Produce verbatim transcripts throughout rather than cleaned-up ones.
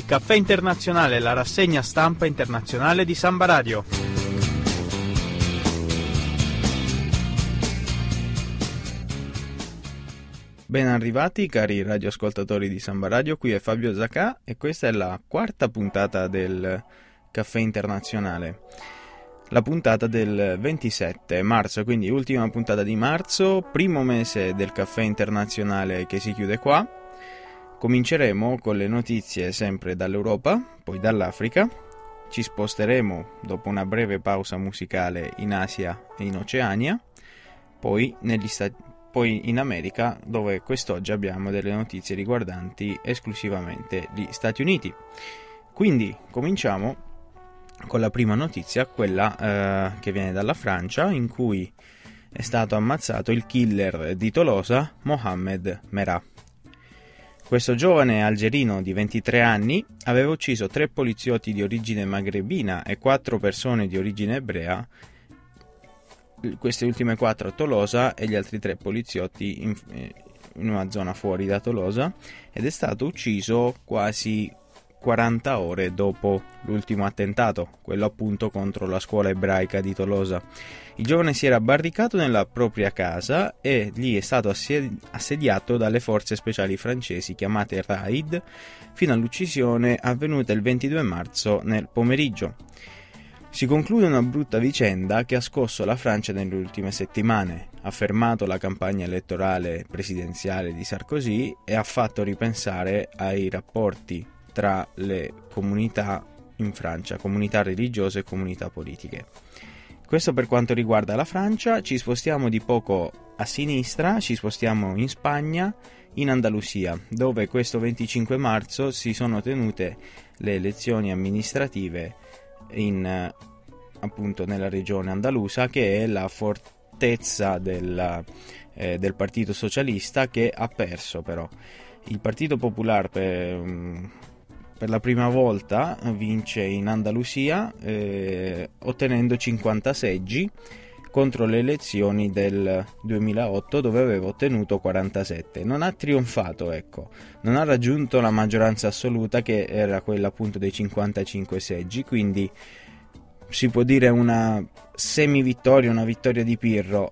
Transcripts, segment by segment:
Caffè Internazionale, la rassegna stampa internazionale di Samba Radio. Ben arrivati cari radioascoltatori di Samba Radio, qui è Fabio Zacà e questa è la quarta puntata del Caffè Internazionale. La puntata del ventisette marzo, quindi ultima puntata di marzo, primo mese del Caffè Internazionale che si chiude qua. Cominceremo con le notizie sempre dall'Europa, poi dall'Africa. Ci sposteremo dopo una breve pausa musicale in Asia e in Oceania, poi, negli Stati, poi in America, dove quest'oggi abbiamo delle notizie riguardanti esclusivamente gli Stati Uniti. Quindi cominciamo con la prima notizia, quella eh, che viene dalla Francia, in cui è stato ammazzato il killer di Tolosa, Mohamed Merah. Questo giovane algerino di ventitré anni aveva ucciso tre poliziotti di origine magrebina e quattro persone di origine ebrea, queste ultime quattro a Tolosa e gli altri tre poliziotti in, in una zona fuori da Tolosa, ed è stato ucciso quasi quaranta ore dopo l'ultimo attentato, quello appunto contro la scuola ebraica di Tolosa. Il giovane si era barricato nella propria casa e lì è stato assediato dalle forze speciali francesi chiamate Raid fino all'uccisione avvenuta il ventidue marzo nel pomeriggio. Si conclude una brutta vicenda che ha scosso la Francia nelle ultime settimane, ha fermato la campagna elettorale presidenziale di Sarkozy e ha fatto ripensare ai rapporti tra le comunità in Francia, comunità religiose e comunità politiche. Questo per quanto riguarda la Francia. Ci spostiamo di poco a sinistra, ci spostiamo in Spagna, in Andalusia, dove questo venticinque marzo si sono tenute le elezioni amministrative in, appunto nella regione andalusa, che è la fortezza della, eh, del Partito Socialista, che ha perso però. Il Partito Popular per, per la prima volta vince in Andalusia eh, ottenendo cinquanta seggi contro le elezioni del duemilaotto, dove aveva ottenuto quarantasette. Non ha trionfato, ecco, non ha raggiunto la maggioranza assoluta, che era quella appunto dei cinquantacinque seggi, quindi si può dire una semi-vittoria, una vittoria di Pirro.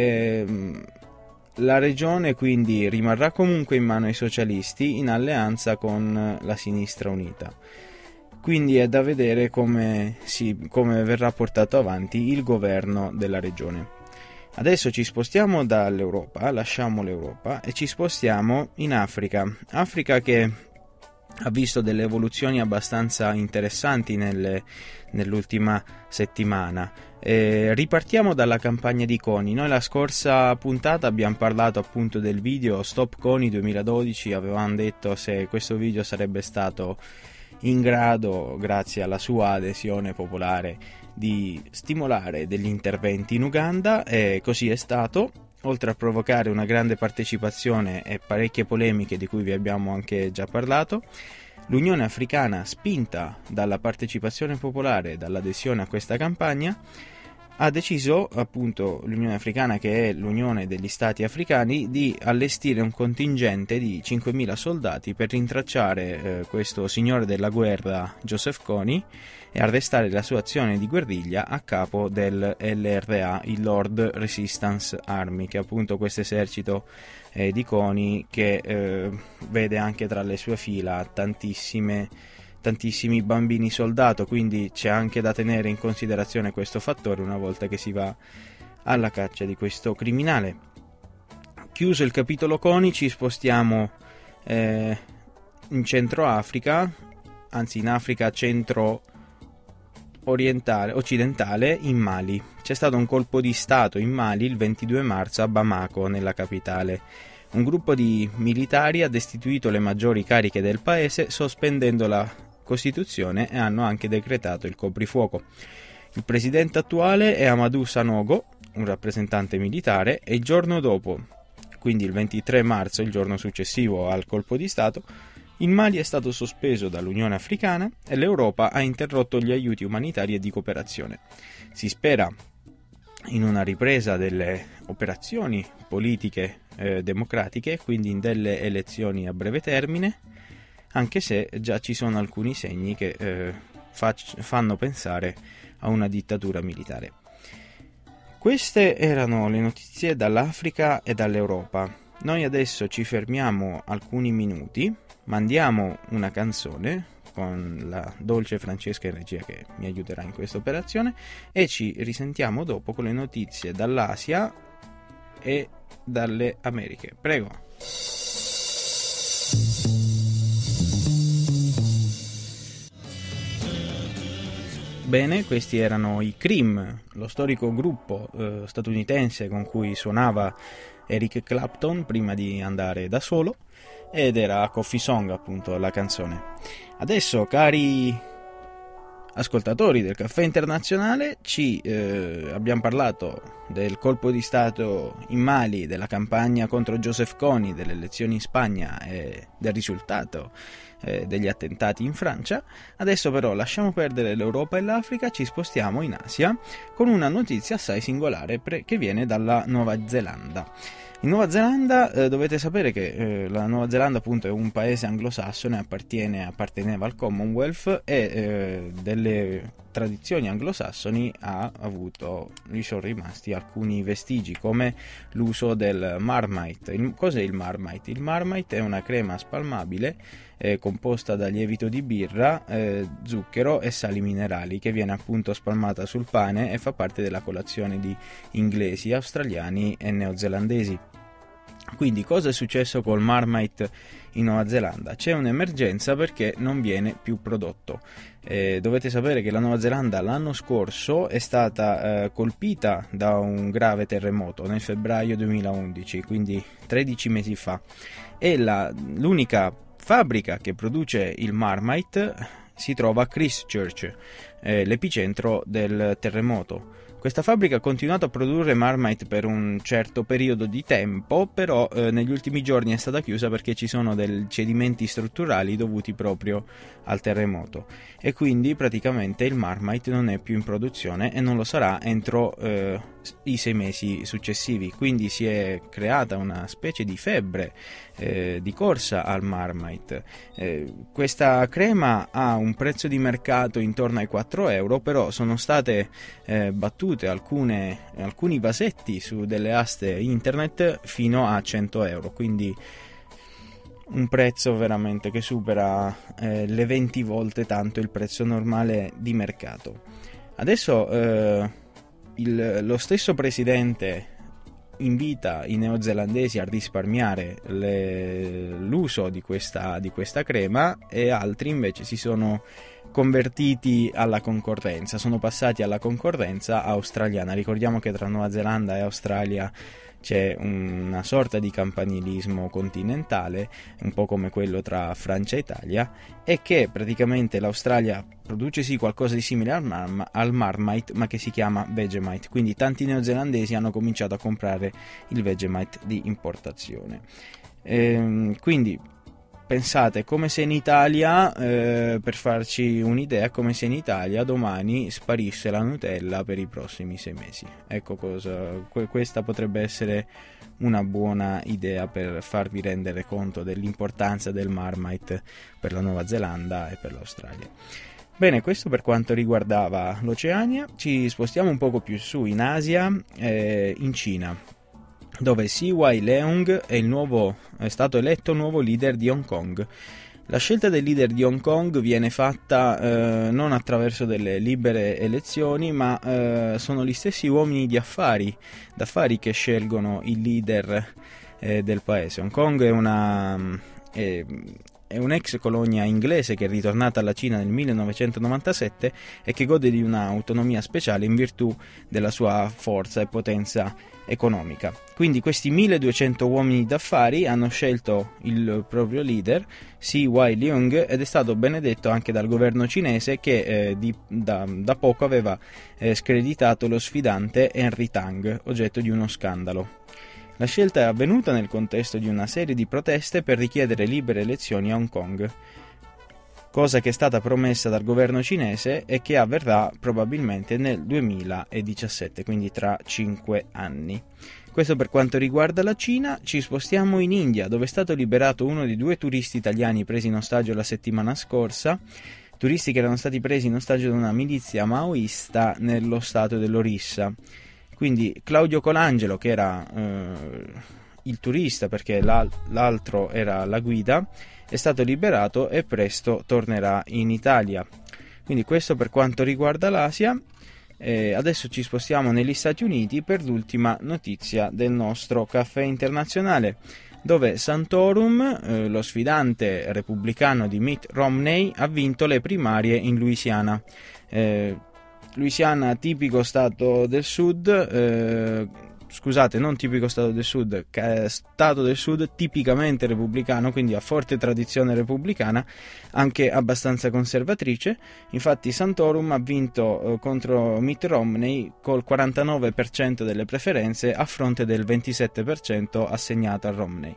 E la regione quindi rimarrà comunque in mano ai socialisti in alleanza con la Sinistra Unita. Quindi è da vedere come, si, come verrà portato avanti il governo della regione. Adesso ci spostiamo dall'Europa, lasciamo l'Europa e ci spostiamo in Africa. Africa che ha visto delle evoluzioni abbastanza interessanti nelle, nell'ultima settimana. Eh, ripartiamo dalla campagna di Kony. Noi la scorsa puntata abbiamo parlato appunto del video Stop Kony duemiladodici, avevamo detto se questo video sarebbe stato in grado, grazie alla sua adesione popolare, di stimolare degli interventi in Uganda, e così è stato. Oltre a provocare una grande partecipazione e parecchie polemiche di cui vi abbiamo anche già parlato, l'Unione Africana, spinta dalla partecipazione popolare e dall'adesione a questa campagna, ha deciso, appunto l'Unione Africana, che è l'unione degli stati africani, di allestire un contingente di cinquemila soldati per rintracciare eh, questo signore della guerra Joseph Kony e arrestare la sua azione di guerriglia a capo del L R A, il Lord Resistance Army, che è appunto questo esercito eh, di Kony che eh, vede anche tra le sue fila tantissime tantissimi bambini soldato, quindi c'è anche da tenere in considerazione questo fattore una volta che si va alla caccia di questo criminale. Chiuso il capitolo Kony, ci spostiamo eh, in Centro Africa, anzi in Africa centro orientale, occidentale, in Mali. C'è stato un colpo di stato in Mali il ventidue marzo a Bamako, nella capitale. Un gruppo di militari ha destituito le maggiori cariche del paese sospendendo la Costituzione e hanno anche decretato il coprifuoco. Il presidente attuale è Amadou Sanogo, un rappresentante militare, e il giorno dopo, quindi il ventitré marzo, il giorno successivo al colpo di stato, il Mali è stato sospeso dall'Unione Africana e l'Europa ha interrotto gli aiuti umanitari e di cooperazione. Si spera in una ripresa delle operazioni politiche eh, democratiche, quindi in delle elezioni a breve termine, anche se già ci sono alcuni segni che eh, fac- fanno pensare a una dittatura militare. Queste erano le notizie dall'Africa e dall'Europa. Noi adesso ci fermiamo alcuni minuti, mandiamo una canzone con la dolce Francesca in regia che mi aiuterà in questa operazione e ci risentiamo dopo con le notizie dall'Asia e dalle Americhe. Prego. Bene, questi erano i Cream, lo storico gruppo eh, statunitense con cui suonava Eric Clapton prima di andare da solo, ed era Coffee Song appunto la canzone. Adesso, cari ascoltatori del Caffè Internazionale, ci eh, abbiamo parlato del colpo di stato in Mali, della campagna contro Joseph Kony, delle elezioni in Spagna e del risultato eh, degli attentati in Francia. Adesso però lasciamo perdere l'Europa e l'Africa, ci spostiamo in Asia con una notizia assai singolare pre- che viene dalla Nuova Zelanda. In Nuova Zelanda eh, dovete sapere che eh, la Nuova Zelanda appunto è un paese anglosassone, appartiene, apparteneva al Commonwealth e eh, delle tradizioni anglosassoni ha avuto, gli sono rimasti alcuni vestigi come l'uso del Marmite. Il, cos'è il Marmite? Il Marmite è una crema spalmabile eh, composta da lievito di birra, eh, zucchero e sali minerali che viene appunto spalmata sul pane e fa parte della colazione di inglesi, australiani e neozelandesi. Quindi cosa è successo col Marmite in Nuova Zelanda? C'è un'emergenza perché non viene più prodotto. Eh, dovete sapere che la Nuova Zelanda l'anno scorso è stata eh, colpita da un grave terremoto nel febbraio duemilaundici, quindi tredici mesi fa, e la, l'unica fabbrica che produce il Marmite si trova a Christchurch, eh, l'epicentro del terremoto. Questa fabbrica ha continuato a produrre Marmite per un certo periodo di tempo, però eh, negli ultimi giorni è stata chiusa perché ci sono dei cedimenti strutturali dovuti proprio al terremoto e quindi praticamente il Marmite non è più in produzione e non lo sarà entro eh, i sei mesi successivi. Quindi si è creata una specie di febbre eh, di corsa al Marmite. Eh, questa crema ha un prezzo di mercato intorno ai quattro euro, però sono state eh, battute Alcune, alcuni vasetti su delle aste internet fino a cento euro, quindi un prezzo veramente che supera eh, le venti volte tanto il prezzo normale di mercato. Adesso eh, il, lo stesso presidente invita i neozelandesi a risparmiare le, l'uso di questa, di questa crema, e altri invece si sono convertiti alla concorrenza, sono passati alla concorrenza australiana. Ricordiamo che tra Nuova Zelanda e Australia c'è una sorta di campanilismo continentale, un po' come quello tra Francia e Italia, e che praticamente l'Australia produce sì qualcosa di simile al, Mar- al Marmite, ma che si chiama Vegemite, quindi tanti neozelandesi hanno cominciato a comprare il Vegemite di importazione. Ehm, quindi pensate, come se in Italia, eh, per farci un'idea, come se in Italia domani sparisse la Nutella per i prossimi sei mesi. Ecco cosa, que- questa potrebbe essere una buona idea per farvi rendere conto dell'importanza del Marmite per la Nuova Zelanda e per l'Australia. Bene, questo per quanto riguardava l'Oceania. Ci spostiamo un poco più su in Asia, eh, in Cina, dove C Y Leung è, il nuovo, è stato eletto nuovo leader di Hong Kong. La scelta del leader di Hong Kong viene fatta eh, non attraverso delle libere elezioni, ma eh, sono gli stessi uomini di affari, d'affari che scelgono il leader eh, del paese. Hong Kong è una... È, È un'ex colonia inglese che è ritornata alla Cina nel millenovecentonovantasette e che gode di un'autonomia speciale in virtù della sua forza e potenza economica. Quindi questi milleduecento uomini d'affari hanno scelto il proprio leader, C Y Leung, ed è stato benedetto anche dal governo cinese che eh, di, da, da poco aveva eh, screditato lo sfidante Henry Tang, oggetto di uno scandalo. La scelta è avvenuta nel contesto di una serie di proteste per richiedere libere elezioni a Hong Kong. cosa che è stata promessa dal governo cinese e che avverrà probabilmente nel duemiladiciassette, quindi tra cinque anni. Questo per quanto riguarda la Cina. Ci spostiamo in India, dove è stato liberato uno dei due turisti italiani presi in ostaggio la settimana scorsa, turisti che erano stati presi in ostaggio da una milizia maoista nello stato dell'Orissa. Quindi Claudio Colangelo, che era eh, il turista perché l'altro era la guida, è stato liberato e presto tornerà in Italia. Quindi questo per quanto riguarda l'Asia. Eh, adesso ci spostiamo negli Stati Uniti per l'ultima notizia del nostro caffè internazionale, dove Santorum, eh, lo sfidante repubblicano di Mitt Romney, ha vinto le primarie in Louisiana. Eh, Louisiana, tipico stato del sud, eh, scusate, non tipico stato del sud, stato del sud tipicamente repubblicano, quindi a forte tradizione repubblicana, anche abbastanza conservatrice. Infatti Santorum ha vinto eh, contro Mitt Romney col quarantanove per cento delle preferenze a fronte del ventisette per cento assegnato a Romney.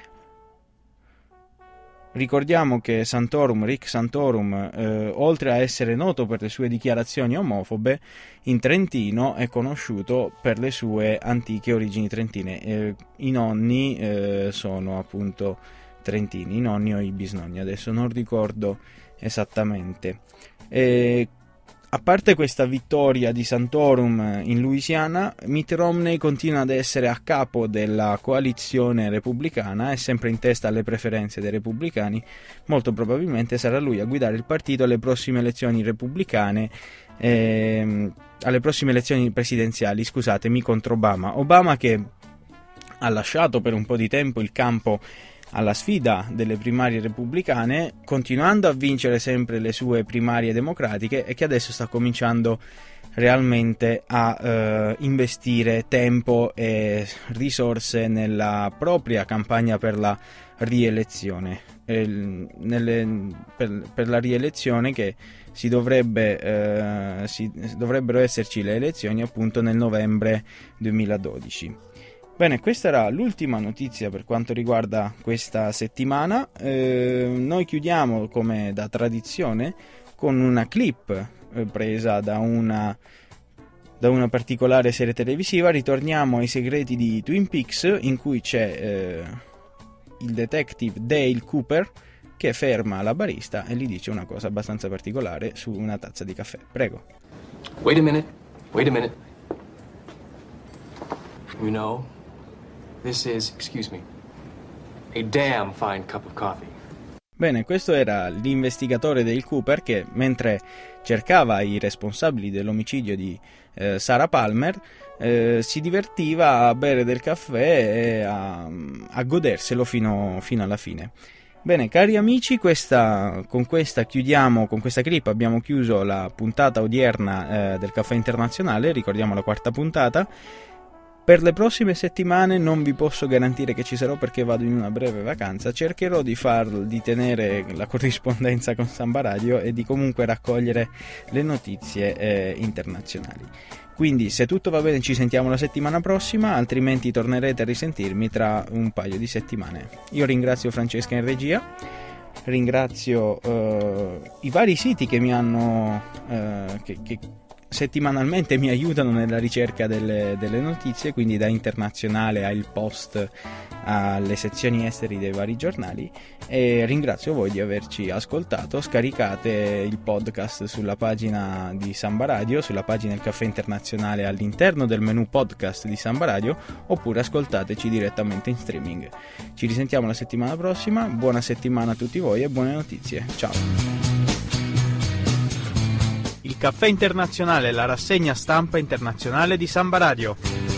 Ricordiamo che Santorum, Rick Santorum, eh, oltre a essere noto per le sue dichiarazioni omofobe, in Trentino è conosciuto per le sue antiche origini trentine. Eh, I nonni eh, sono appunto trentini, i nonni o i bisnonni, adesso non ricordo esattamente. Eh, A parte questa vittoria di Santorum in Louisiana, Mitt Romney continua ad essere a capo della coalizione repubblicana, è sempre in testa alle preferenze dei repubblicani. Molto probabilmente sarà lui a guidare il partito alle prossime elezioni repubblicane, ehm, alle prossime elezioni presidenziali, scusatemi, contro Obama. Obama che ha lasciato per un po' di tempo il campo alla sfida delle primarie repubblicane, continuando a vincere sempre le sue primarie democratiche, e che adesso sta cominciando realmente a eh, investire tempo e risorse nella propria campagna per la rielezione, eh, nelle, per, per la rielezione che si dovrebbe eh, si, dovrebbero esserci le elezioni appunto nel novembre duemiladodici. Bene, questa era l'ultima notizia per quanto riguarda questa settimana. Eh, noi chiudiamo, come da tradizione, con una clip eh, presa da una, da una particolare serie televisiva. Ritorniamo ai segreti di Twin Peaks, in cui c'è eh, il detective Dale Cooper che ferma la barista e gli dice una cosa abbastanza particolare su una tazza di caffè. Prego. Wait a minute, wait a minute. You know, this is, excuse me, a damn fine cup of coffee. Bene, questo era l'investigatore Dale Cooper che, mentre cercava i responsabili dell'omicidio di eh, Sarah Palmer, eh, si divertiva a bere del caffè e a, a goderselo fino, fino alla fine. Bene, cari amici, questa, con questa chiudiamo, con questa clip abbiamo chiuso la puntata odierna eh, del Caffè Internazionale, ricordiamo la quarta puntata. Per le prossime settimane non vi posso garantire che ci sarò perché vado in una breve vacanza. Cercherò di far, di tenere la corrispondenza con Samba Radio e di comunque raccogliere le notizie eh, internazionali. Quindi, se tutto va bene, ci sentiamo la settimana prossima, altrimenti tornerete a risentirmi tra un paio di settimane. Io ringrazio Francesca in regia, ringrazio eh, i vari siti che mi hanno eh, che, che settimanalmente mi aiutano nella ricerca delle, delle notizie, quindi da Internazionale a Il Post alle sezioni esteri dei vari giornali, e ringrazio voi di averci ascoltato. Scaricate il podcast sulla pagina di Samba Radio, sulla pagina del Caffè Internazionale all'interno del menu podcast di Samba Radio, oppure ascoltateci direttamente in streaming. Ci risentiamo la settimana prossima, buona settimana a tutti voi e buone notizie, ciao! Il Caffè Internazionale è la rassegna stampa internazionale di Samba Radio.